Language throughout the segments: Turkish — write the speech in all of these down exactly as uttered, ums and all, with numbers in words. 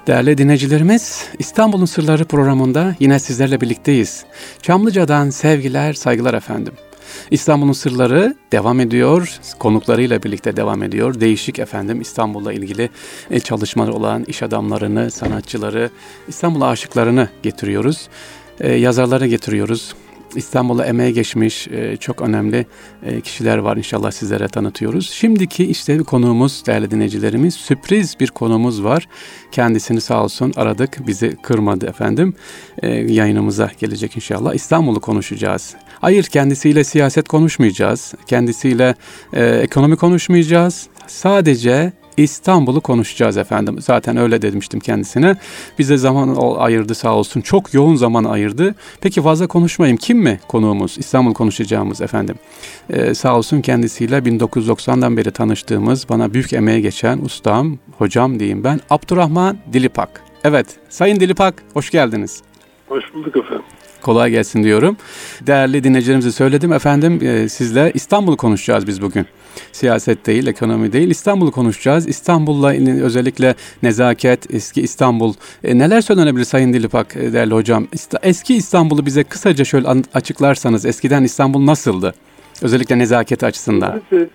Değerli dinleyicilerimiz, İstanbul'un Sırları programında yine sizlerle birlikteyiz. Çamlıca'dan sevgiler, saygılar efendim. İstanbul'un Sırları devam ediyor, konuklarıyla birlikte devam ediyor. Değişik efendim İstanbul'la ilgili çalışmaları olan iş adamlarını, sanatçıları, İstanbul'a aşıklarını getiriyoruz. Ee, yazarları getiriyoruz. İstanbul'a emeğe geçmiş e, çok önemli e, kişiler var, inşallah sizlere tanıtıyoruz. Şimdiki işte bir konuğumuz, değerli dinleyicilerimiz, sürpriz bir konuğumuz var. Kendisini sağ olsun aradık, bizi kırmadı efendim. E, yayınımıza gelecek inşallah. İstanbul'u konuşacağız. Hayır, kendisiyle siyaset konuşmayacağız. Kendisiyle e, ekonomi konuşmayacağız. Sadece İstanbul'u konuşacağız efendim. Zaten öyle demiştim kendisine. Bize zaman ayırdı sağ olsun. Çok yoğun zaman ayırdı. Peki fazla konuşmayayım. Kim mi konuğumuz? İstanbul konuşacağımız efendim. Ee, sağ olsun kendisiyle bin dokuz yüz doksandan beri tanıştığımız, bana büyük emeğe geçen ustam, hocam diyeyim ben, Abdurrahman Dilipak. Evet, Sayın Dilipak, hoş geldiniz. Hoş bulduk efendim. Kolay gelsin diyorum. Değerli dinleyicilerimize söyledim efendim, e, sizle İstanbul'u konuşacağız biz bugün. Siyaset değil, ekonomi değil, İstanbul'u konuşacağız. İstanbul'la özellikle nezaket, eski İstanbul. E, neler söylenebilir Sayın Dilipak, e, değerli hocam? Eski İstanbul'u bize kısaca şöyle açıklarsanız, eskiden İstanbul nasıldı? Özellikle nezaket açısından. Evet,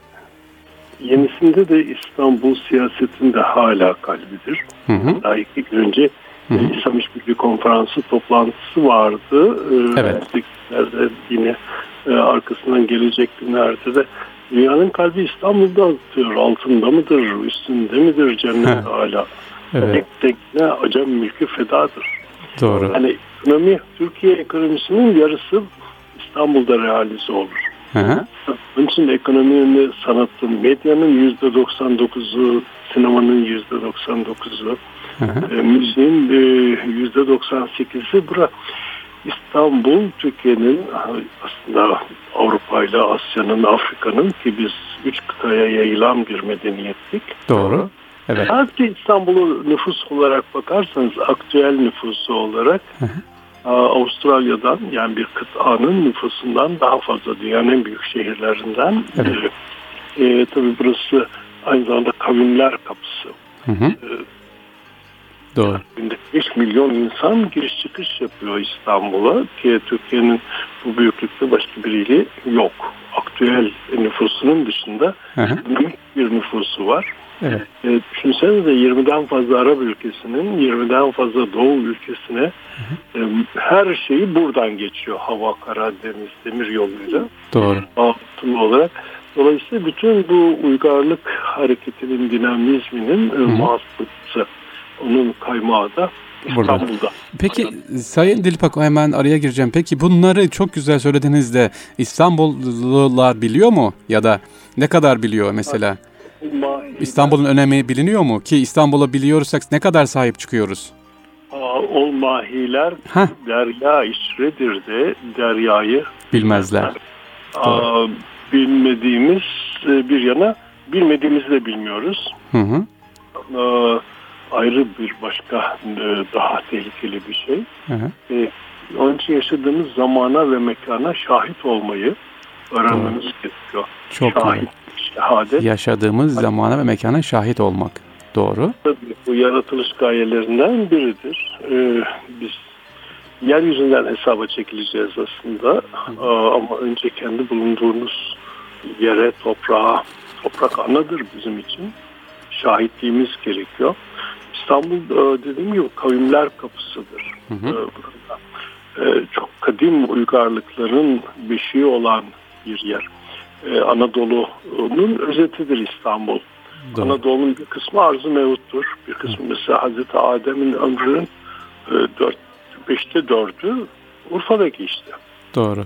yenisinde de İstanbul siyasetinde hala kalbidir. Hı hı. Daha iki gün önce Hı hı. İslam İşbirliği Konferansı toplantısı vardı. Evet. Ee, yine e, arkasından gelecek günlerde de dünyanın kalbi İstanbul'da atıyor. Altında mıdır, üstünde midir cennet He. hala? Evet. Tek tekne acem mülkü fedadır. Doğru. Yani ekonomi, Türkiye ekonomisinin yarısı İstanbul'da realize olur. Hı hı. Onun için de ekonominin, sanatın, medyanın yüzde doksan dokuzu, sinemanın yüzde doksan dokuzu, Hı hı. E, müziğin yüzde doksan sekizi bura. İstanbul, Türkiye'nin, aslında Avrupa ile Asya'nın, Afrika'nın, ki biz üç kıtaya yayılan bir medeniyettik. Doğru. Evet. Sadece İstanbul'u nüfus olarak bakarsanız, aktüel nüfusu olarak hı hı. Avustralya'dan, yani bir kıtanın nüfusundan daha fazla, dünyanın en büyük şehirlerinden. Evet. E, e, tabii burası aynı zamanda kavimler kapısı. Hı hı. E, Doğru. beş milyon insan giriş çıkış yapıyor İstanbul'a, ki Türkiye'nin bu büyüklükte başka bir ili yok. Aktüel nüfusunun dışında büyük bir nüfusu var. Evet. E, düşünsenize yirmiden fazla Arap ülkesinin, yirmiden fazla Doğu ülkesine e, her şeyi buradan geçiyor. Hava, kara, deniz, demir yoluyla. Doğru. Altın olarak. Dolayısıyla bütün bu uygarlık hareketinin, dinamizminin e, muhasebesi, onun kaymağı da İstanbul'da. Burada. Peki Sayın Dilipak, hemen araya gireceğim. Peki bunları çok güzel söylediniz de İstanbullular biliyor mu? Ya da ne kadar biliyor mesela? İstanbul'un önemi biliniyor mu? Ki İstanbul'u biliyorsak ne kadar sahip çıkıyoruz? O mahiler Heh. derya işredir de deryayı bilmezler. Aa, bilmediğimiz bir yana, bilmediğimizi de bilmiyoruz. Hı hı. Aa, ayrı bir başka daha tehlikeli bir şey. Hı hı. Ee, onun için yaşadığımız zamana ve mekana şahit olmayı öğrenmemiz Doğru. gerekiyor. Çok şahit, şehadet. Yaşadığımız zamana ve mekana şahit olmak. Doğru. Tabii bu yaratılış gayelerinden biridir. Ee, biz yeryüzünden hesaba çekileceğiz aslında. Aa, ama önce kendi bulunduğumuz yere, toprağa, toprak anadır bizim için. Şahitliğimiz gerekiyor. İstanbul dediğim gibi kavimler kapısıdır. Hı hı. Burada çok kadim uygarlıkların beşiği olan bir yer. Anadolu'nun özetidir İstanbul. Doğru. Anadolu'nun bir kısmı arz-ı mevuttur. Bir kısmı mesela Hazreti Adem'in ömrünün dört, beşte dördü Urfa'da geçti. Doğru.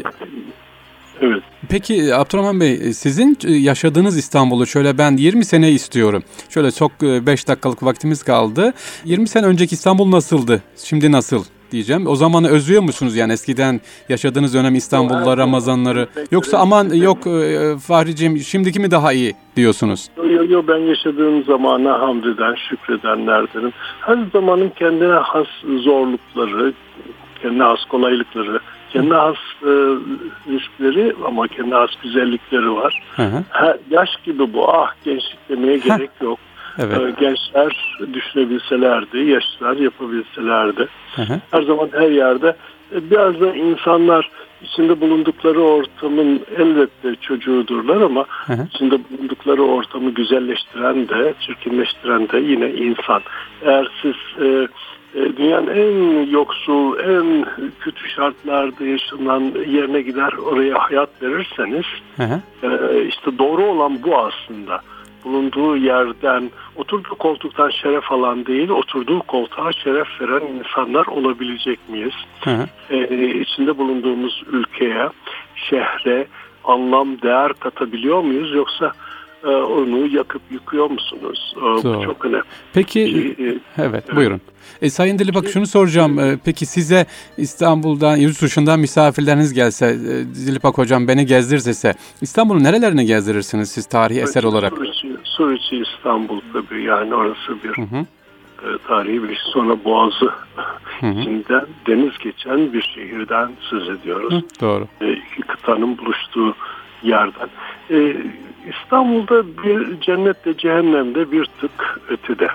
Evet. Peki Abdurrahman Bey, sizin yaşadığınız İstanbul'u şöyle ben yirmi sene istiyorum. Şöyle çok beş dakikalık vaktimiz kaldı. yirmi sene önceki İstanbul nasıldı? Şimdi nasıl diyeceğim. O zamanı özlüyor musunuz, yani eskiden yaşadığınız dönem İstanbul'la, Ramazanları? Yoksa aman yok Fahriciğim şimdiki mi daha iyi diyorsunuz? Yok yok, ben yaşadığım zamana hamdeden, şükredenlerdenim. Her zamanın kendine has zorlukları, kendine has kolaylıkları, kendine has e, riskleri ama kendine has güzellikleri var. Hı hı. Ha, yaş gibi bu. Ah, gençlik demeye gerek yok. Evet. Gençler düşünebilselerdi, yaşlılar yapabilselerdi. Hı hı. Her zaman her yerde biraz da insanlar içinde bulundukları ortamın elbette çocuğudurlar ama Hı hı. içinde bulundukları ortamı güzelleştiren de, çirkinleştiren de yine insan. Eğer siz e, e, dünyanın en yoksul, en kötü şartlarda yaşanan yerine gider oraya hayat verirseniz, Hı hı. e, işte doğru olan bu aslında. Bulunduğu yerden, oturduğu koltuktan şeref alan değil, oturduğu koltuğa şeref veren insanlar olabilecek miyiz? Hı hı. Ee, içinde bulunduğumuz ülkeye, şehre anlam, değer katabiliyor muyuz? Yoksa e, onu yakıp yıkıyor musunuz? E, bu çok önemli. Peki, Ee, evet, evet. buyurun. E, Sayın Dilipak, şunu soracağım. E, peki size İstanbul'dan, yurt dışından misafirleriniz gelse, e, Dilipak Hocam beni gezdirirse, İstanbul'un nerelerini gezdirirsiniz siz tarihi eser olarak? Suriçi, Suriçi İstanbul tabii, yani orası bir Hı hı. e, tarihi bir, sonra Boğazı Hı hı. içinden deniz geçen bir şehirden söz ediyoruz. Hı, doğru. E, iki kıtanın buluştuğu yerden. E, İstanbul'da bir cennetle cehennemde bir tık ötede.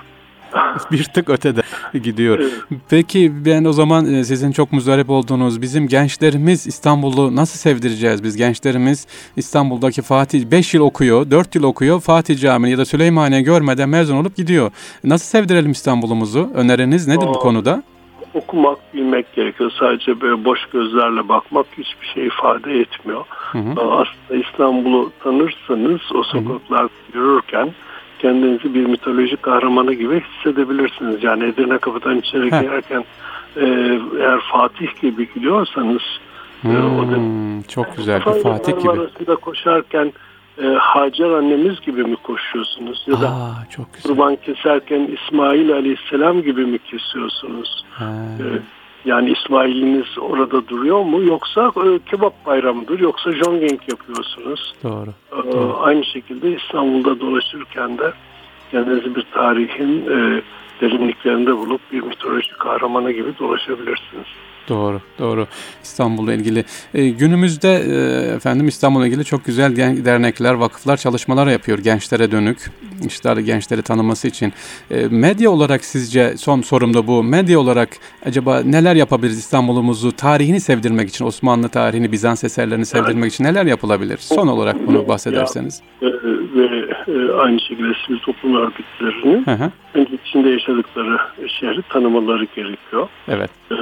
Bir tık ötede gidiyor. Evet. Peki ben o zaman sizin çok muzdarip olduğunuz, bizim gençlerimiz İstanbul'u nasıl sevdireceğiz? Biz gençlerimiz İstanbul'daki Fatih beş yıl okuyor, dört yıl okuyor, Fatih Camii ya da Süleymaniye görmeden mezun olup gidiyor. Nasıl sevdirelim İstanbul'umuzu? Öneriniz nedir Aa, bu konuda? Okumak, bilmek gerekiyor. Sadece böyle boş gözlerle bakmak hiçbir şey ifade etmiyor. Hı hı. Aslında İstanbul'u tanırsanız o sokaklar yürürken kendinizi bir mitolojik kahramanı gibi hissedebilirsiniz. Yani Edirne Kapı'dan içeri girerken e, eğer Fatih gibi gidiyorsanız hmm, e, o da, çok güzel bir Fatih gibi. Arasında koşarken e, Hacer annemiz gibi mi koşuyorsunuz? Ya da Aa, çok güzel. kurban keserken İsmail Aleyhisselam gibi mi kesiyorsunuz? E, yani İsmail'iniz orada duruyor mu? Yoksa e, kebap bayramıdır? Yoksa jongenk yapıyorsunuz? Doğru. E, Doğru. Aynı şekilde İstanbul'da dolaşırken de kendinizi bir tarihin e, derinliklerinde bulup bir mitolojik kahramanı gibi dolaşabilirsiniz. Doğru, doğru. İstanbul'la ilgili. E, günümüzde e, efendim İstanbul'la ilgili çok güzel dernekler, vakıflar çalışmalar yapıyor gençlere dönük. İşte gençleri tanıması için. E, medya olarak sizce, son sorum da bu, medya olarak acaba neler yapabiliriz İstanbul'umuzu, tarihini sevdirmek için, Osmanlı tarihini, Bizans eserlerini sevdirmek yani, için neler yapılabilir? Son olarak bunu bahsederseniz. Ya, e, ve e, aynı şekilde sivil toplum örgütlerinin önce içinde yaşadıkları şehri tanımaları gerekiyor. Evet. E,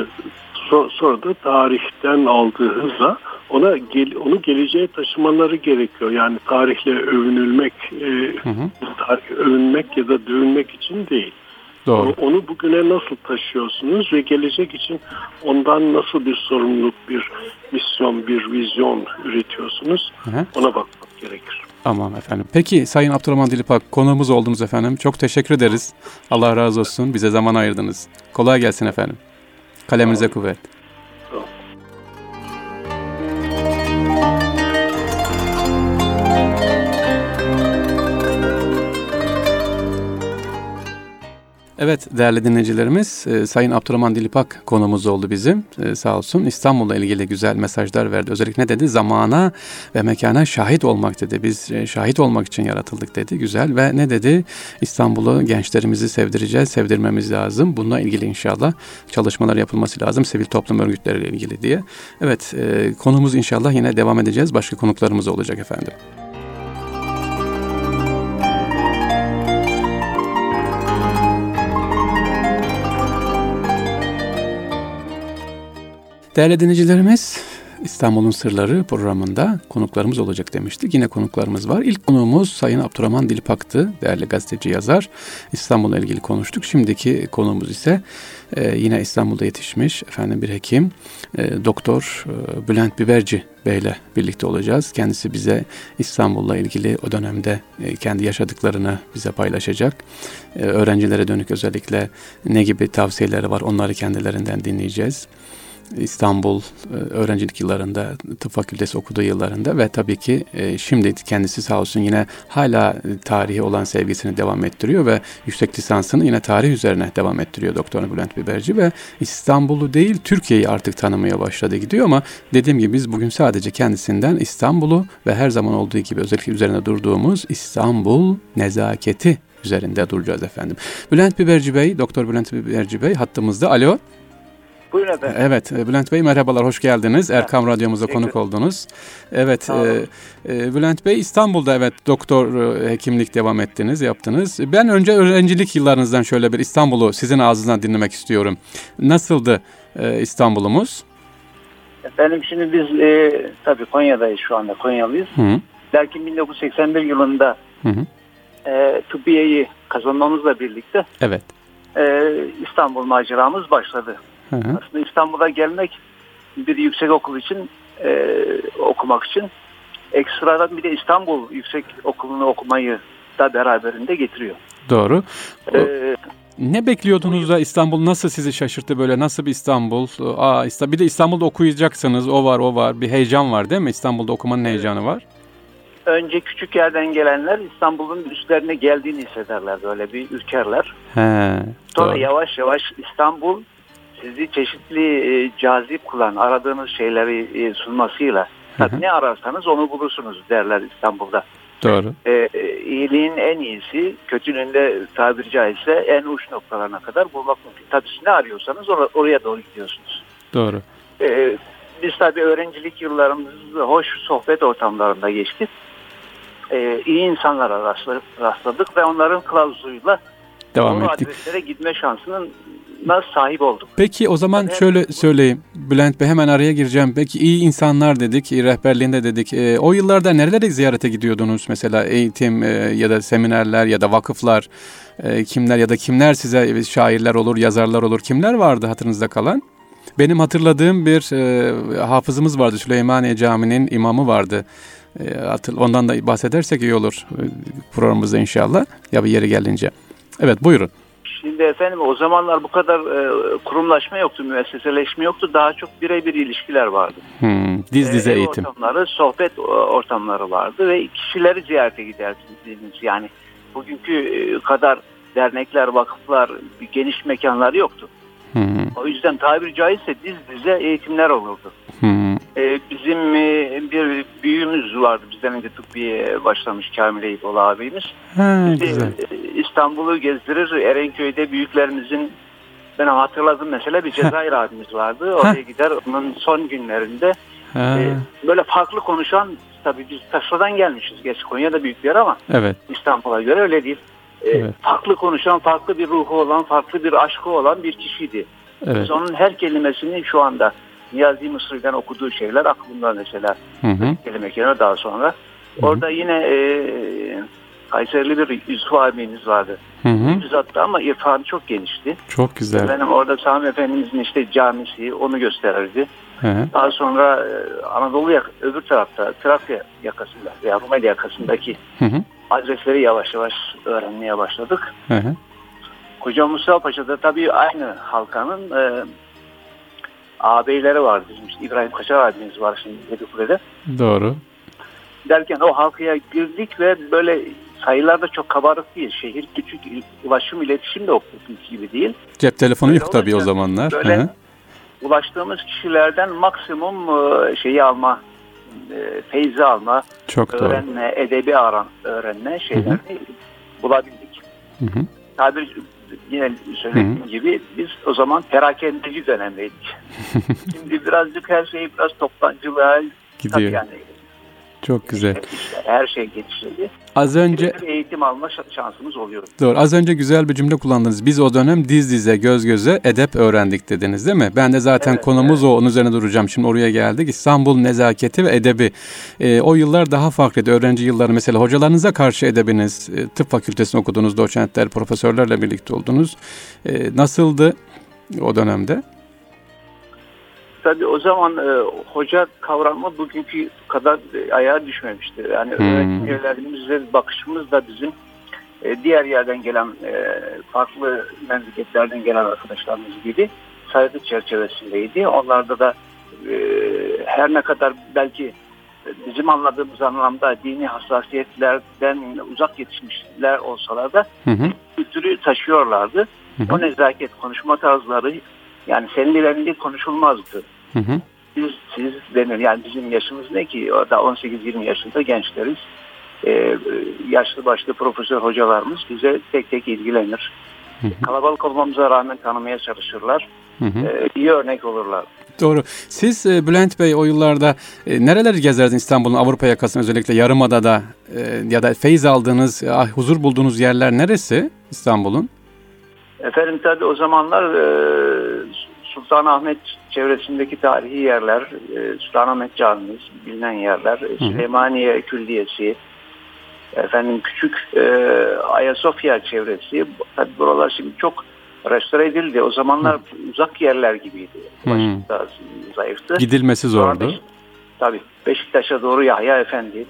Sonra da tarihten aldığı hızla ona gel, onu geleceğe taşımaları gerekiyor. Yani tarihle övünülmek, e, hı hı. tarih övünmek ya da dövünmek için değil. Doğru. Onu bugüne nasıl taşıyorsunuz ve gelecek için ondan nasıl bir sorumluluk, bir misyon, bir vizyon üretiyorsunuz? Hı hı. Ona bakmak gerekir. Aman efendim. Peki Sayın Abdurrahman Dilipak, konuğumuz oldunuz efendim. Çok teşekkür ederiz. Allah razı olsun. Bize zaman ayırdınız. Kolay gelsin efendim. Kaleminize kuvvet. Evet değerli dinleyicilerimiz, e, Sayın Abdurrahman Dilipak konumuz oldu bizim. E, sağ olsun İstanbul'la ilgili güzel mesajlar verdi. Özellikle ne dedi? Zamana ve mekana şahit olmak dedi. Biz e, şahit olmak için yaratıldık dedi. Güzel. Ve ne dedi? İstanbul'u gençlerimizi sevdireceğiz, sevdirmemiz lazım. Bununla ilgili inşallah çalışmalar yapılması lazım. Sivil toplum örgütleriyle ilgili diye. Evet e, konumuz inşallah yine devam edeceğiz. Başka konuklarımız olacak efendim. Değerli dinleyicilerimiz, İstanbul'un Sırları programında konuklarımız olacak demiştik. Yine konuklarımız var. İlk konuğumuz Sayın Abdurrahman Dilipak'tı. Değerli gazeteci, yazar. İstanbul'la ilgili konuştuk. Şimdiki konuğumuz ise e, yine İstanbul'da yetişmiş efendim bir hekim. E, Doktor e, Bülent Biberci Bey'le birlikte olacağız. Kendisi bize İstanbul'la ilgili o dönemde e, kendi yaşadıklarını bize paylaşacak. E, öğrencilere dönük özellikle ne gibi tavsiyeleri var, onları kendilerinden dinleyeceğiz. İstanbul öğrencilik yıllarında, tıp fakültesi okuduğu yıllarında ve tabii ki şimdi kendisi sağ olsun yine hala tarihi olan sevgisini devam ettiriyor ve yüksek lisansını yine tarih üzerine devam ettiriyor Doktor Bülent Biberci ve İstanbul'u değil Türkiye'yi artık tanımaya başladı gidiyor ama dediğim gibi biz bugün sadece kendisinden İstanbul'u ve her zaman olduğu gibi özellikle üzerine durduğumuz İstanbul nezaketi üzerinde duracağız efendim. Bülent Biberci Bey, Doktor Bülent Biberci Bey hattımızda. Alo. Buyurun efendim. Evet, Bülent Bey merhabalar, hoş geldiniz. Erkam Radyomuzda konuk oldunuz. Evet, e, e, Bülent Bey İstanbul'da evet doktor e, hekimlik devam ettiniz, yaptınız. Ben önce öğrencilik yıllarınızdan şöyle bir İstanbul'u sizin ağzınızdan dinlemek istiyorum. Nasıldı e, İstanbul'umuz? Efendim şimdi biz e, tabii Konya'dayız şu anda, Konyalıyız. Hı. Lakin bin dokuz yüz seksen bir yılında Hı hı. e, tıbbiyeyi kazanmamızla birlikte Evet. e, İstanbul maceramız başladı. Hı hı. Aslında İstanbul'a gelmek bir yüksek okul için e, okumak için ekstradan bir de İstanbul Yüksek Okulu'nu okumayı da beraberinde getiriyor. Doğru. E, Ne bekliyordunuz da İstanbul nasıl sizi şaşırttı böyle, nasıl bir İstanbul? Aa, bir de İstanbul'da okuyacaksınız, o var o var, bir heyecan var değil mi? İstanbul'da okumanın heyecanı var. Önce küçük yerden gelenler İstanbul'un üstlerine geldiğini hissederler, böyle bir ürkerler. He, Sonra doğru. yavaş yavaş İstanbul sizi çeşitli e, cazip kılan, aradığınız şeyleri e, sunmasıyla tabii ne ararsanız onu bulursunuz derler İstanbul'da. Doğru. E, e, iyiliğin en iyisi, kötünün de tabiri caizse en uç noktalarına kadar bulmak mümkün. Tabii siz ne arıyorsanız or- oraya doğru gidiyorsunuz. Doğru. E, biz tabii öğrencilik yıllarımızı hoş sohbet ortamlarında geçtik. E, iyi insanlara rastladık, rastladık ve onların kılavuzuyla Devam doğru ettik. adreslere gitme şansının nasıl sahip olduk. Peki o zaman Tabii şöyle söyleyeyim. Bülent Bey hemen araya gireceğim. Peki iyi insanlar dedik, rehberliğinde dedik. E, o yıllarda nerelere ziyarete gidiyordunuz? Mesela eğitim e, ya da seminerler ya da vakıflar, e, kimler ya da kimler size şairler olur, yazarlar olur. Kimler vardı hatırınızda kalan? Benim hatırladığım bir e, hafızımız vardı. Süleymaniye Camii'nin imamı vardı. E, hatır, ondan da bahsedersek iyi olur e, programımızda inşallah. Ya bir yeri gelince. Evet buyurun. Şimdi efendim o zamanlar bu kadar e, kurumlaşma yoktu, müesseseleşme yoktu. Daha çok birebir ilişkiler vardı. Hmm, diz dize e, eğitim. Ortamları, sohbet ortamları vardı ve kişileri ziyarete gidersiniz. Yani bugünkü e, kadar dernekler, vakıflar, geniş mekanlar yoktu. Hmm. O yüzden tabiri caizse diz dize eğitimler olurdu. Hmm. E, bizim e, bir büyüğümüz vardı. Bizden önce tıbbiye başlamış Kamil Eyüboğlu abimiz. Ha, Bizi, güzel. e, İstanbul'u gezdirir. Erenköy'de büyüklerimizin, ben hatırladım mesela, bir Cezayir abimiz vardı. Oraya gider, onun son günlerinde e, böyle farklı konuşan, tabii biz Taşra'dan gelmişiz. Gerçi Konya'da büyük bir yer ama evet. İstanbul'a göre öyle değil. E, Evet. Farklı konuşan, farklı bir ruhu olan, farklı bir aşkı olan bir kişiydi. Evet. Biz onun her kelimesini şu anda Niyazi Mısri'den okuduğu şeyler aklımda mesela. Hı hı. Kelime kelime daha sonra. Hı hı. Orada yine e, Kayserili bir Yusuf abimiz vardı. Hı hı. Düzattı ama irfanı çok genişti. Çok güzel. Benim orada Sami Efendimizin işte camisi, onu gösterirdi. Hı hı. Daha sonra e, Anadolu yak- öbür tarafta Trakya yakasında veya Rumeli yakasındaki Hı hı. adresleri yavaş yavaş öğrenmeye başladık. Hı hı. Koca Mustafa Paşa'da tabii aynı halkanın e, ağabeyleri vardı. Bizim işte İbrahim Kaçar abimiz var şimdi Yedikule'de. Doğru. Derken o halkaya girdik ve böyle sayılar da çok kabarık değil. Şehir küçük, ulaşım, iletişim de o gibi değil. Cep telefonu Böyle yok tabii o olunca zamanlar. Böyle Hı hı. ulaştığımız kişilerden maksimum e, şeyi alma, e, feyzi alma, Çok doğru. öğrenme, edebi aran, öğrenme şeylerini hı hı. bulabildik. Hı hı. Tabii yine söylediğim hı hı. gibi biz o zaman perakendeci dönemdeydik. Şimdi birazcık her şey biraz toptancılığa gidiyor. Yani, çok güzel. İşte her şey gelişti. Az önce bir eğitim alma şansımız oluyor. Doğru. Az önce güzel bir cümle kullandınız. Biz o dönem diz dize, göz göze edep öğrendik dediniz değil mi? Ben de zaten evet, konumuz evet. o. Onun üzerine duracağım. Şimdi oraya geldik. İstanbul nezaketi ve edebi. Ee, o yıllar daha farklıydı. Öğrenci yılları mesela hocalarınıza karşı edebiniz, e, tıp fakültesinde okudunuz, doçentler, profesörlerle birlikte oldunuz. E, nasıldı o dönemde? Tabii o zaman e, hoca kavramı bugünkü kadar e, ayağa düşmemişti. Yani hmm. öğretim üyelerimizle bakışımız da bizim e, diğer yerden gelen e, farklı memleketlerden gelen arkadaşlarımız gibi saygı çerçevesindeydi. Onlarda da e, her ne kadar belki bizim anladığımız anlamda dini hassasiyetlerden uzak yetişmişler olsalar da hı hı. kültürü taşıyorlardı. Hı hı. O nezaket, konuşma tarzları, yani seninle konuşulmazdı. Hı hı. Biz, siz denir. Yani bizim yaşımız ne ki? Orada on sekiz yirmi yaşında gençleriz. e, yaşlı başlı profesör hocalarımız bize tek tek ilgilenir. Hı hı. Kalabalık olmamıza rağmen tanımaya çalışırlar. Hı hı. E, iyi örnek olurlar. Doğru. Siz e, Bülent Bey o yıllarda e, nereleri gezerdiniz İstanbul'un Avrupa yakasını, özellikle Yarımada'da e, ya da feyiz aldığınız, e, huzur bulduğunuz yerler neresi İstanbul'un? Efendim tabii o zamanlar e, Sultanahmet çevresindeki tarihi yerler, e, Sultanahmet Camii, bilinen yerler, hı hı. Süleymaniye Külliyesi, efendim küçük e, Ayasofya çevresi, tabii buralar şimdi çok restore edildi. O zamanlar hı. uzak yerler gibiydi. Başta zayıftı. Gidilmesi zordu. Beş, tabii Beşiktaş'a doğru Yahya Efendi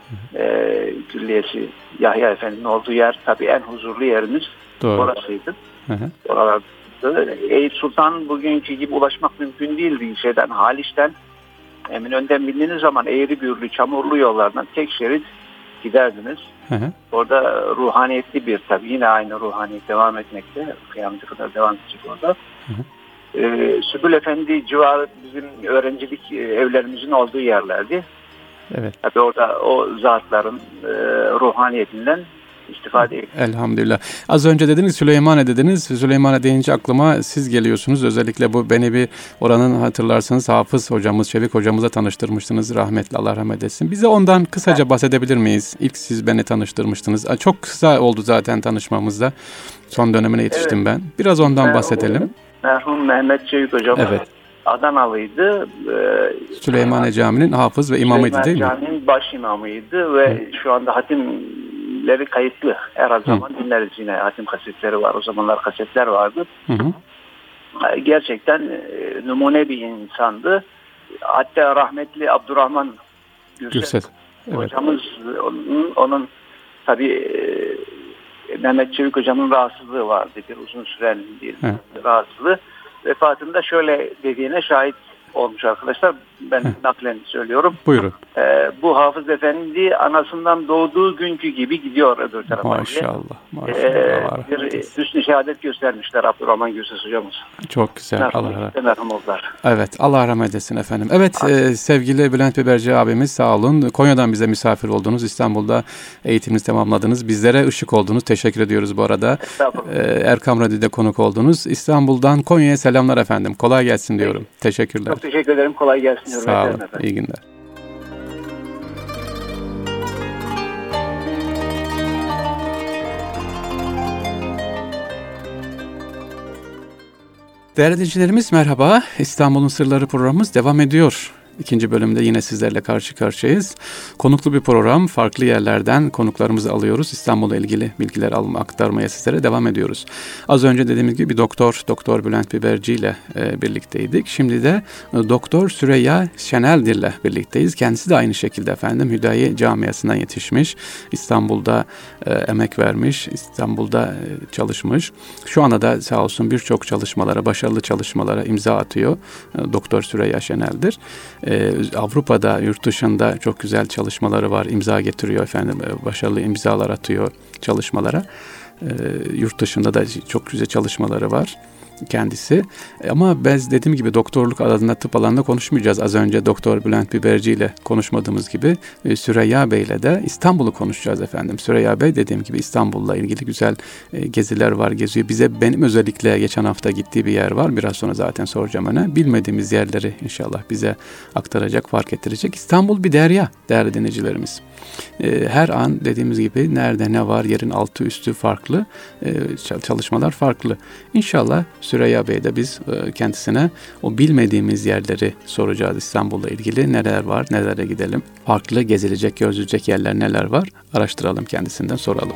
e, Külliyesi, Yahya Efendi'nin olduğu yer tabii en huzurlu yerimiz. Doğru. Orasıydı. Hı hı. Oralarda. Eyüp Sultan bugünkü gibi ulaşmak mümkün değildi. Şeyden, Haliç'ten, Eminönü'nden bindiğiniz zaman eğri büğürlü, çamurlu yollardan tek şerit giderdiniz. Hı hı. Orada ruhaniyetli bir, tabii yine aynı ruhaniyet devam etmekte. Kıyamete kadar devam edecek orada. Hı hı. Ee, Sübül Efendi civarı bizim öğrencilik evlerimizin olduğu yerlerdi. Evet. Tabii orada o zatların e, ruhaniyetinden istifade ediyor. Elhamdülillah. Az önce dediniz Süleymaniye dediniz. Süleymaniye deyince aklıma siz geliyorsunuz. Özellikle bu beni bir oranın hatırlarsanız Hafız hocamız, Şevik hocamızla tanıştırmıştınız. Rahmetli, Allah rahmet etsin. Bize ondan kısaca bahsedebilir miyiz? İlk siz beni tanıştırmıştınız. Çok kısa oldu zaten tanışmamızda. Son dönemine yetiştim evet. ben. Biraz ondan merhum, bahsedelim. Merhum Mehmet Şevik hocam. Evet. Adanalıydı. Ee, Süleymaniye Camii'nin hafız ve imamıydı değil mi? Süleymaniye Camii'nin baş imamıydı ve Hı. şu anda hatimleri kayıtlı. Her zaman Hı. dinleriz yine. Hatim kasetleri var. O zamanlar kasetler vardı. Hı hı. Gerçekten e, numune bir insandı. Hatta rahmetli Abdurrahman Gürsel, Gürsel. Evet. hocamız onun, onun tabii e, Mehmet Çevik hocamın rahatsızlığı vardı. Bir uzun süren bir Hı. rahatsızlığı. Vefatında şöyle dediğine şahit olmuş arkadaşlar. Ben Hı. naklen söylüyorum. Buyurun. Ee, bu Hafız Efendi anasından doğduğu günkü gibi gidiyor öbür tarafa. Maşallah. maşallah. Ee, bir hüsnü şehadet göstermişler Abdurrahman Gürses hocamız. Çok güzel. Merhum, Allah rahmet merhum oldular. Evet. Allah rahmet etsin efendim. Evet e, sevgili Bülent Biberci abimiz sağ olun. Konya'dan bize misafir oldunuz. İstanbul'da eğitiminizi tamamladınız. Bizlere ışık oldunuz. Teşekkür ediyoruz bu arada. E, Erkam Radyo'da konuk oldunuz. İstanbul'dan Konya'ya selamlar efendim. Kolay gelsin diyorum. Evet. Teşekkürler. Çok teşekkür ederim. Kolay gelsin. Sağ olun. İyi günler. Değerli dinleyicilerimiz merhaba. İstanbul'un Sırları programımız devam ediyor. İkinci bölümde yine sizlerle karşı karşıyayız. Konuklu bir program. Farklı yerlerden konuklarımızı alıyoruz. İstanbul'la ilgili bilgiler alma, aktarmaya sizlere devam ediyoruz. Az önce dediğimiz gibi bir doktor, Doktor Bülent Biberci ile e, birlikteydik. Şimdi de e, Doktor Süreyya Şeneldir ile birlikteyiz. Kendisi de aynı şekilde efendim Hüdayi Camiası'ndan yetişmiş. İstanbul'da e, emek vermiş. İstanbul'da e, çalışmış. Şu anda da sağ olsun birçok çalışmalara, başarılı çalışmalara imza atıyor. E, Doktor Süreyya Şeneldir. Ee, Avrupa'da, yurt dışında çok güzel çalışmaları var. İmza getiriyor efendim. Başarılı imzalar atıyor çalışmalara. Ee, yurt dışında da çok güzel çalışmaları var kendisi. Ama biz dediğim gibi doktorluk alanında, tıp alanında konuşmayacağız. Az önce Doktor Bülent Biberci ile konuşmadığımız gibi Süreyya Bey ile de İstanbul'u konuşacağız efendim. Süreyya Bey dediğim gibi İstanbul'la ilgili güzel geziler var, geziyor. Bize benim özellikle geçen hafta gittiği bir yer var. Biraz sonra zaten soracağım ona. Bilmediğimiz yerleri inşallah bize aktaracak, fark ettirecek. İstanbul bir derya değerli dinleyicilerimiz. Her an dediğimiz gibi nerede ne var, yerin altı üstü farklı, çalışmalar farklı. İnşallah Süreyya Bey de biz kendisine o bilmediğimiz yerleri soracağız. İstanbul'la ilgili neler var, nelere gidelim, farklı gezilecek, görülecek yerler neler var, araştıralım, kendisinden soralım.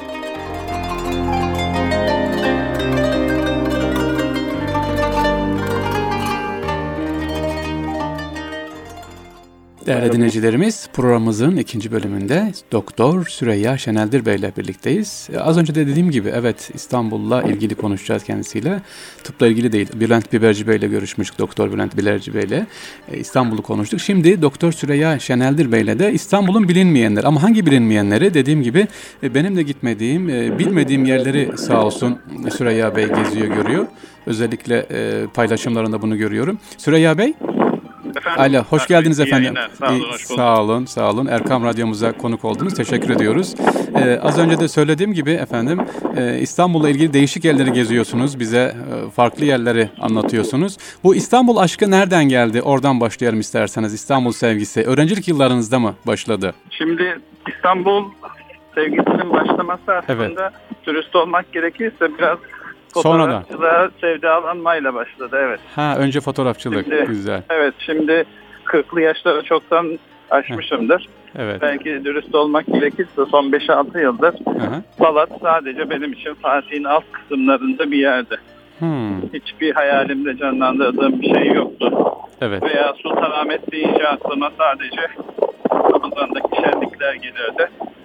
Değerli dinleyicilerimiz, programımızın ikinci bölümünde Doktor Süreyya Şeneldir Bey ile birlikteyiz. Az önce de dediğim gibi evet İstanbul'la ilgili konuşacağız kendisiyle. Tıpla ilgili değil. Bülent Biberci Bey ile görüşmüştük. Doktor Bülent Biberci Bey ile İstanbul'u konuştuk. Şimdi Doktor Süreyya Şeneldir Bey ile de İstanbul'un bilinmeyenleri. Ama hangi bilinmeyenleri? Dediğim gibi benim de gitmediğim, bilmediğim yerleri sağ olsun Süreyya Bey geziyor, görüyor. Özellikle paylaşımlarında bunu görüyorum. Süreyya Bey. Efendim, Alo, hoş geldiniz efendim. Sağ olun, hoş bulduk. Sağ olun, sağ olun. Erkam Radyomuza konuk oldunuz. Teşekkür ediyoruz. Ee, az önce de söylediğim gibi efendim, e, İstanbul'la ilgili değişik yerleri geziyorsunuz. Bize e, farklı yerleri anlatıyorsunuz. Bu İstanbul aşkı nereden geldi? Oradan başlayalım isterseniz. İstanbul sevgisi. Öğrencilik yıllarınızda mı başladı? Şimdi İstanbul sevgisinin başlaması aslında evet. Turist olmak gerekirse biraz fotoğrafçılığa sevdalanmayla başladı. Evet. Ha, önce fotoğrafçılık. Şimdi, güzel. Evet, şimdi kırklı yaşları çoktan aşmışımdır. Evet. Belki dürüst olmak gerekirse son beş altı yıldır Hı-hı. Balat sadece benim için Fatih'in alt kısımlarında bir yerde. Hmm. Hiçbir hayalimde canlandırdığım bir şey yoktu. Evet. Veya Sultanahmet deyince aklıma sadece Ramazan'daki şenlikler gelirdi.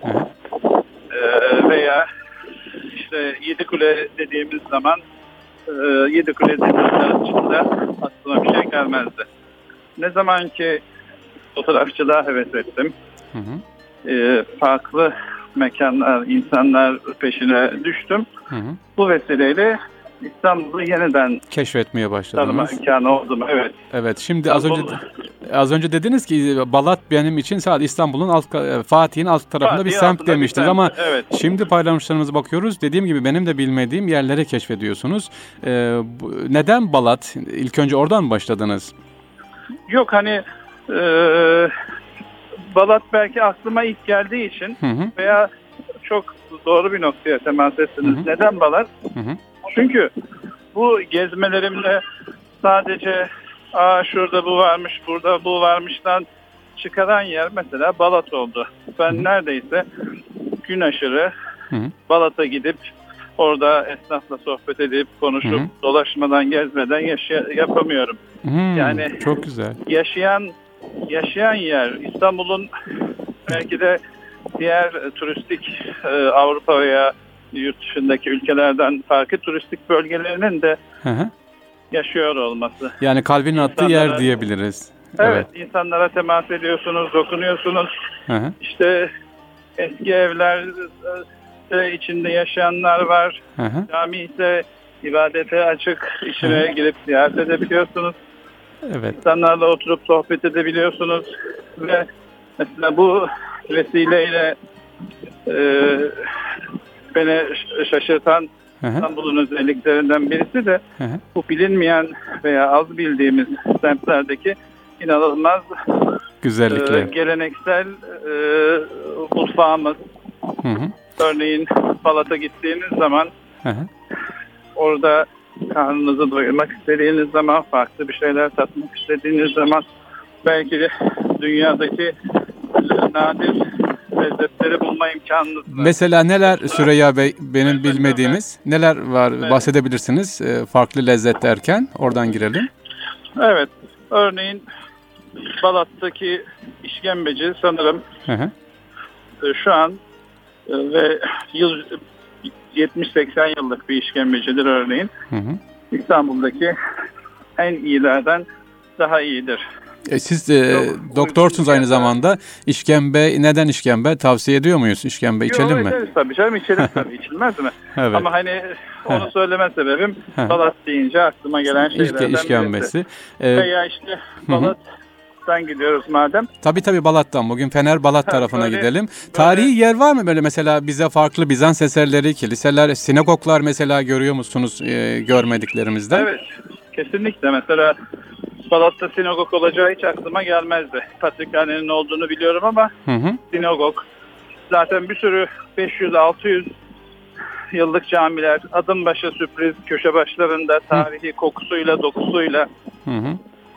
Ee, veya işte Yedikule dediğimiz zaman e, Yedikule denizler içinde aklıma bir şey gelmezdi. Ne zaman ki fotoğrafçılığa heves ettim, hı hı. E, farklı mekanlar, insanlar peşine düştüm. Hı hı. Bu vesileyle İstanbul'u yeniden keşfetmeye başladınız. Tanıma imkanı oldu mu? Evet. Evet. Şimdi az önce az önce dediniz ki Balat benim için sadece İstanbul'un alt Fatih'in alt tarafında Fatih bir semt demiştiniz ama evet. Şimdi paylaşımlarımıza bakıyoruz. Dediğim gibi benim de bilmediğim yerleri keşfediyorsunuz. Ee, bu, neden Balat? İlk önce oradan mı başladınız? Yok hani e, Balat belki aklıma ilk geldiği için hı hı. veya çok doğru bir noktaya temas ettiniz. Hı hı. Neden Balat? Hı hı. Çünkü bu gezmelerimde sadece aa şurada bu varmış, burada bu varmıştan çıkaran yer mesela Balat oldu. Ben Hı-hı. neredeyse gün aşırı Hı-hı. Balat'a gidip orada esnafla sohbet edip konuşup Hı-hı. dolaşmadan gezmeden yaşay- yapamıyorum. Hı-hı. Yani çok güzel. Yaşayan yaşayan yer İstanbul'un belki de diğer turistik e, Avrupa veya yurt dışındaki ülkelerden farklı turistik bölgelerinin de hı hı. yaşıyor olması. Yani kalbin attığı yer diyebiliriz. Evet, evet, insanlara temas ediyorsunuz, dokunuyorsunuz. Hı hı. İşte eski evler içinde yaşayanlar var. Hı hı. Cami ise ibadete açık, içine hı hı. girip ziyaret edebiliyorsunuz. Evet. İnsanlarla oturup sohbet edebiliyorsunuz. Ve mesela bu vesileyle e, beni şaşırtan İstanbul'un özelliklerinden birisi de hı hı. bu bilinmeyen veya az bildiğimiz semtlerdeki inanılmaz güzellikler. E, geleneksel e, mutfağımız. Hı hı. Örneğin Balat'a gittiğiniz zaman hı hı. orada karnınızı doyurmak istediğiniz zaman, farklı bir şeyler tatmak istediğiniz zaman belki de dünyadaki nadir lezzetleri bulma imkanınız var. Mesela neler Süreyya Bey benim bilmediğimiz neler var evet. bahsedebilirsiniz e, farklı lezzet derken oradan girelim. Evet, örneğin Balat'taki işkembeci sanırım hı hı. E, şu an e, ve yıl yetmiş seksen yıllık bir işkembecidir örneğin. Hı hı. İstanbul'daki en iyilerden daha iyidir. E siz e, doktorsunuz aynı zamanda. İşkembe, neden işkembe? Tavsiye ediyor muyuz? İşkembe içelim Yo, mi? Yok, tabii canım içelim tabii. İçilmez mi? Evet. Ama hani onu söyleme sebebim Balat deyince aklıma gelen şeylerden İşke, işkembesi. birisi. Ee, Veya işte Balat'tan gidiyoruz madem. Tabii tabii Balat'tan. Bugün Fener Balat tarafına böyle, gidelim. Böyle... Tarihi yer var mı böyle mesela bize farklı Bizans eserleri, kiliseler, sinagoglar mesela görüyor musunuz e, görmediklerimizden? Evet. Kesinlikle. Mesela Balat'ta sinagog olacağı hiç aklıma gelmezdi. Patrikhanenin olduğunu biliyorum ama hı hı. sinagog. Zaten bir sürü beş yüz altı yüz yıllık camiler, adım başı sürpriz köşe başlarında tarihi hı. kokusuyla, dokusuyla. Hı hı.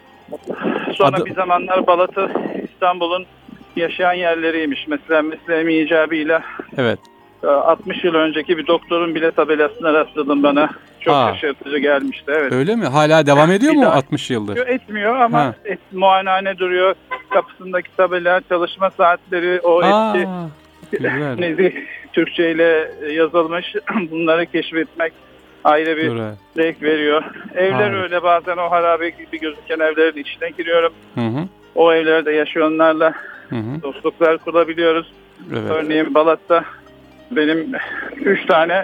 Sonra Adı... bir zamanlar Balat'ı İstanbul'un yaşayan yerleriymiş. Mesela mesleğimi icabıyla evet. altmış yıl önceki bir doktorun bile tabelasına rastladım bana. Çok Aa. şaşırtıcı gelmişti. Evet. Öyle mi? Hala devam ediyor mu altmış yıldır? Etmiyor ama et, muayenehane duruyor. Kapısındaki tabela, çalışma saatleri, o Aa, eski nezih Türkçe ile yazılmış. Bunları keşfetmek ayrı bir Güzel. zevk veriyor. Evler Hayır. öyle bazen o harabe gibi gözüken evlerin içine giriyorum. Hı hı. O evlerde yaşayanlarla hı hı. dostluklar kurabiliyoruz. Evet. Örneğin Balat'ta benim üç tane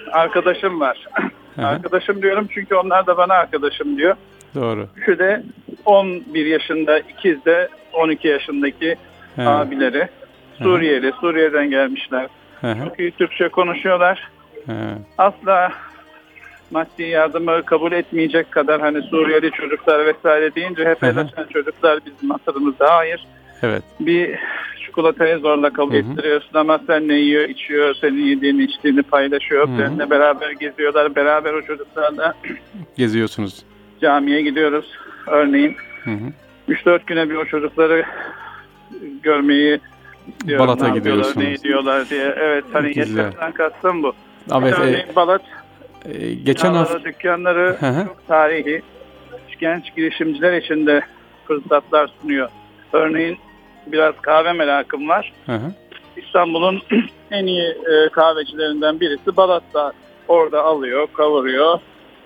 arkadaşım var. Hı-hı. Arkadaşım diyorum çünkü onlar da bana arkadaşım diyor. Doğru. Üçü de on bir yaşında ikiz de on iki yaşındaki He. abileri. Suriyeli, He. Suriye'den gelmişler. He. Çok iyi Türkçe konuşuyorlar. He. Asla maddi yardımı kabul etmeyecek kadar hani Suriyeli çocuklar vesaire deyince hep eleştiren çocuklar bizim hatırımızda. Hayır. Evet. Bir çikolatayı zorla kabul Hı-hı. ettiriyorsun ama sen ne yiyor, içiyor, senin yediğini, içtiğini paylaşıyor. Hı-hı. Seninle beraber geziyorlar. Beraber o çocuklarla geziyorsunuz. Camiye gidiyoruz. Örneğin Hı-hı. üç dört güne bir o çocukları görmeyi istiyorum. Balat'a gidiyorsunuz. Ne ediyorlar diye. Evet, hani yaşamdan kastım bu. Evet, Örneğin e, Balat e, geçen hafta dükkanları Hı-hı. çok tarihi. Genç girişimciler için de fırsatlar sunuyor. Örneğin biraz kahve merakım var. Hı hı. İstanbul'un en iyi e, kahvecilerinden birisi Balat'ta. Orada alıyor, kavuruyor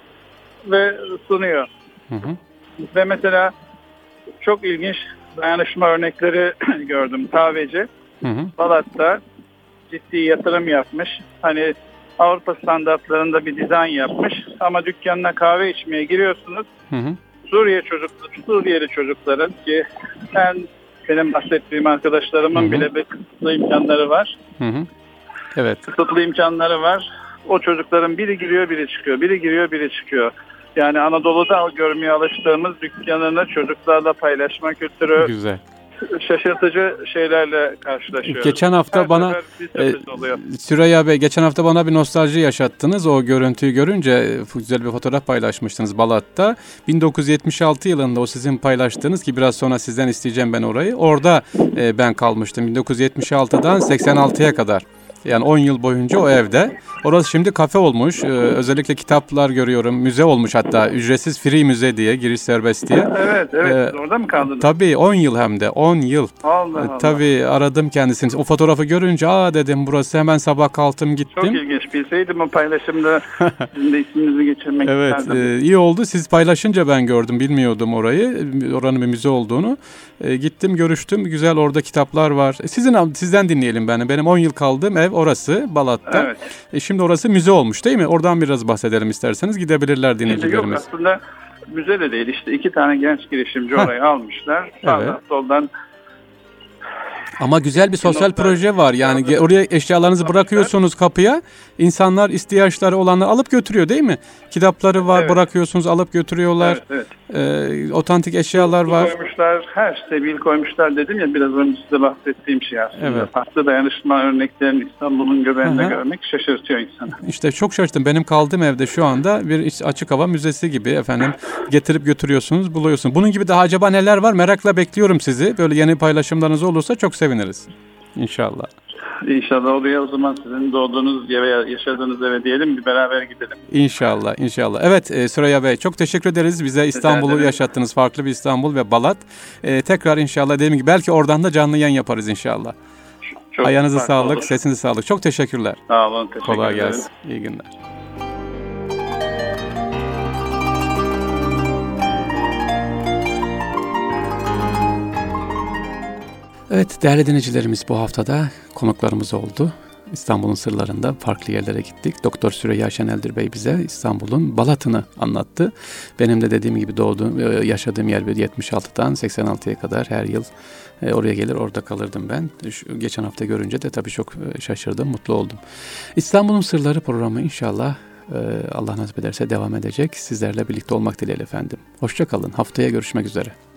ve sunuyor. Hı hı. Ve mesela çok ilginç dayanışma örnekleri gördüm. Kahveci hı hı. Balat'ta ciddi yatırım yapmış. Hani Avrupa standartlarında bir dizayn yapmış. Ama dükkanına kahve içmeye giriyorsunuz. Hı hı. Suriye çocukları, Suriyeli çocukların ki ben benim bahsettiğim arkadaşlarımın hı hı. bile bir kısıtlı imkanları var. Hı hı. Evet. Kısıtlı imkanları var. O çocukların biri giriyor, biri çıkıyor. Biri giriyor, biri çıkıyor. Yani Anadolu'da görmeye alıştığımız dükkanını çocuklarla paylaşma kültürü güzel. Şaşırtıcı şeylerle karşılaşıyoruz. Geçen hafta Her bana e, Süreyya Bey geçen hafta bana bir nostalji yaşattınız. O görüntüyü görünce güzel bir fotoğraf paylaşmıştınız Balat'ta. bin dokuz yüz yetmiş altı yılında o sizin paylaştığınız ki biraz sonra sizden isteyeceğim ben orayı. Orada e, ben kalmıştım bin dokuz yüz yetmiş altıdan seksen altıya kadar. Yani on yıl boyunca o evde. Orası şimdi kafe olmuş. Ee, özellikle kitaplar görüyorum. Müze olmuş hatta. Ücretsiz free müze diye. Giriş serbest diye. Evet, evet. Ee, orada mı kaldınız? Tabii on yıl hem de. on yıl. Allah Allah. Tabii aradım kendisini. O fotoğrafı görünce aa dedim burası, hemen sabah kalktım gittim. Çok ilginç. Bilseydim o paylaşımda sizin de isminizi geçirmek evet, isterdim. Evet. E, iyi oldu. Siz paylaşınca ben gördüm. Bilmiyordum orayı. Oranın bir müze olduğunu. E, gittim görüştüm. Güzel orada kitaplar var. E, sizin Sizden dinleyelim beni. Benim on yıl kaldığım ev orası Balat'ta. Evet. E şimdi orası müze olmuş değil mi? Oradan biraz bahsedelim isterseniz. Gidebilirler dinleyicilerimiz. Yok aslında müze de değil. İşte iki tane genç girişimci orayı almışlar. Sağdan evet. soldan. Ama güzel bir sosyal nokta, proje var. Yani nokta, oraya eşyalarınızı bırakıyorsunuz kapıya. İnsanlar ihtiyaçları olanları alıp götürüyor değil mi? Kitapları var, evet. bırakıyorsunuz, alıp götürüyorlar. Evet, evet. Ee, otantik eşyalar var. Koymuşlar, her sebil koymuşlar dedim ya biraz önce size bahsettiğim şey aslında. Evet. Farklı dayanışma örneklerini İstanbul'un göbeğinde Hı-hı. görmek şaşırtıyor insanı. İşte çok şaşırdım. Benim kaldığım evde şu anda bir açık hava müzesi gibi efendim getirip götürüyorsunuz, buluyorsunuz. Bunun gibi daha acaba neler var? Merakla bekliyorum sizi. Böyle yeni paylaşımlarınız olursa çok seviniriz. İnşallah. İnşallah oraya o zaman sizin doğduğunuz eve, yaşadığınız eve diyelim bir beraber gidelim. İnşallah, inşallah. Evet e, Süreyya Bey çok teşekkür ederiz. Bize İstanbul'u yaşattınız. Farklı bir İstanbul ve Balat. E, tekrar inşallah dediğim gibi belki oradan da canlı yayın yaparız inşallah. Çok Ayağınıza sağlık, olur. Sesinize sağlık. Çok teşekkürler. Sağ olun, teşekkür ederim. Kolay gelsin. İyi günler. Evet değerli dinleyicilerimiz, bu haftada konuklarımız oldu. İstanbul'un sırlarında farklı yerlere gittik. Doktor Süreyya Şeneldir Bey bize İstanbul'un Balat'ını anlattı. Benim de dediğim gibi doğduğum, yaşadığım yer yetmiş altıdan seksen altıya kadar her yıl oraya gelir, orada kalırdım ben. Şu, geçen hafta görünce de tabii çok şaşırdım, mutlu oldum. İstanbul'un Sırları programı inşallah Allah nasip ederse devam edecek. Sizlerle birlikte olmak dileğiyle efendim. Hoşça kalın. Haftaya görüşmek üzere.